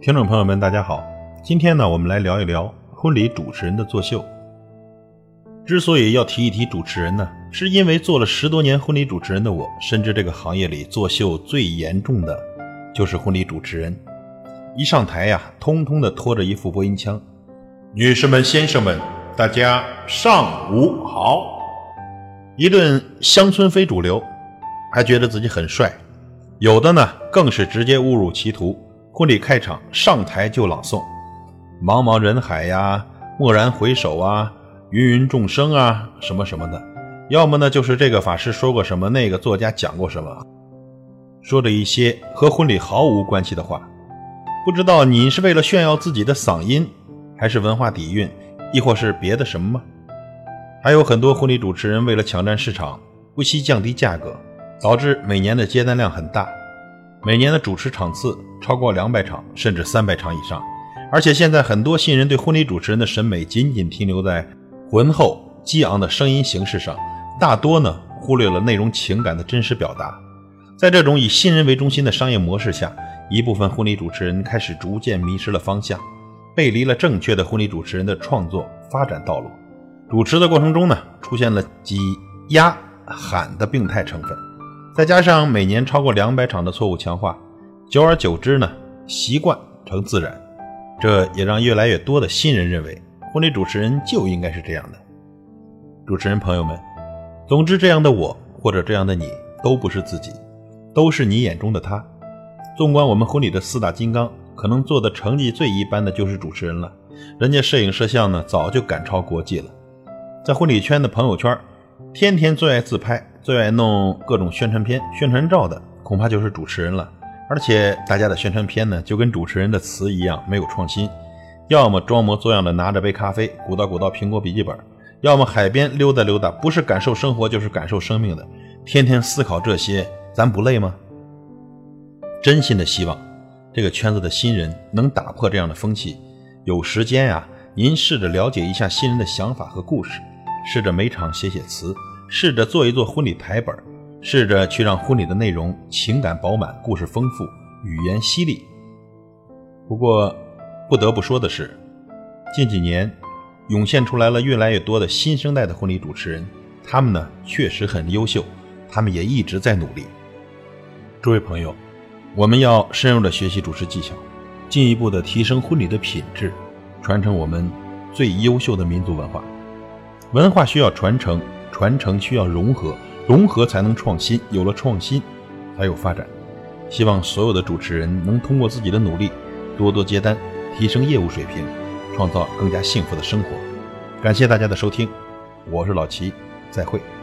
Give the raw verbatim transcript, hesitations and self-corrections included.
听众朋友们大家好，今天呢我们来聊一聊婚礼主持人的作秀。之所以要提一提主持人呢，是因为做了十多年婚礼主持人的我，深知这个行业里作秀最严重的就是婚礼主持人。一上台呀，通通的拖着一副播音腔，女士们先生们大家上午好，一顿乡村非主流，还觉得自己很帅。有的呢更是直接误入歧途，婚礼开场上台就朗诵茫茫人海呀，蓦然回首啊，芸芸众生啊，什么什么的。要么呢就是这个法师说过什么，那个作家讲过什么，说着一些和婚礼毫无关系的话。不知道你是为了炫耀自己的嗓音，还是文化底蕴，亦或是别的什么吗？还有很多婚礼主持人为了抢占市场，不惜降低价格，导致每年的接单量很大，每年的主持场次超过两百场甚至三百场以上。而且现在很多新人对婚礼主持人的审美仅仅停留在浑厚激昂的声音形式上，大多呢忽略了内容情感的真实表达。在这种以新人为中心的商业模式下，一部分婚礼主持人开始逐渐迷失了方向，背离了正确的婚礼主持人的创作发展道路。主持的过程中呢，出现了挤压喊的病态成分，再加上每年超过两百场的错误强化，久而久之呢，习惯成自然。这也让越来越多的新人认为婚礼主持人就应该是这样的。主持人朋友们，总之这样的我或者这样的你都不是自己，都是你眼中的他。纵观我们婚礼的四大金刚，可能做的成绩最一般的就是主持人了，人家摄影摄像呢早就赶超国际了。在婚礼圈的朋友圈，天天最爱自拍最爱弄各种宣传片宣传照的恐怕就是主持人了。而且大家的宣传片呢就跟主持人的词一样没有创新，要么装模作样的拿着杯咖啡鼓捣鼓捣苹果笔记本，要么海边溜达溜达，不是感受生活就是感受生命的，天天思考这些，咱不累吗？真心的希望这个圈子的新人能打破这样的风气。有时间呀、啊，您试着了解一下新人的想法和故事，试着每场写写词，试着做一做婚礼台本，试着去让婚礼的内容情感饱满，故事丰富，语言犀利。不过不得不说的是，近几年涌现出来了越来越多的新生代的婚礼主持人，他们呢确实很优秀，他们也一直在努力。诸位朋友，我们要深入的学习主持技巧，进一步的提升婚礼的品质，传承我们最优秀的民族文化。文化需要传承，传承需要融合，融合才能创新，有了创新才有发展。希望所有的主持人能通过自己的努力，多多接单，提升业务水平，创造更加幸福的生活。感谢大家的收听，我是老齐，再会。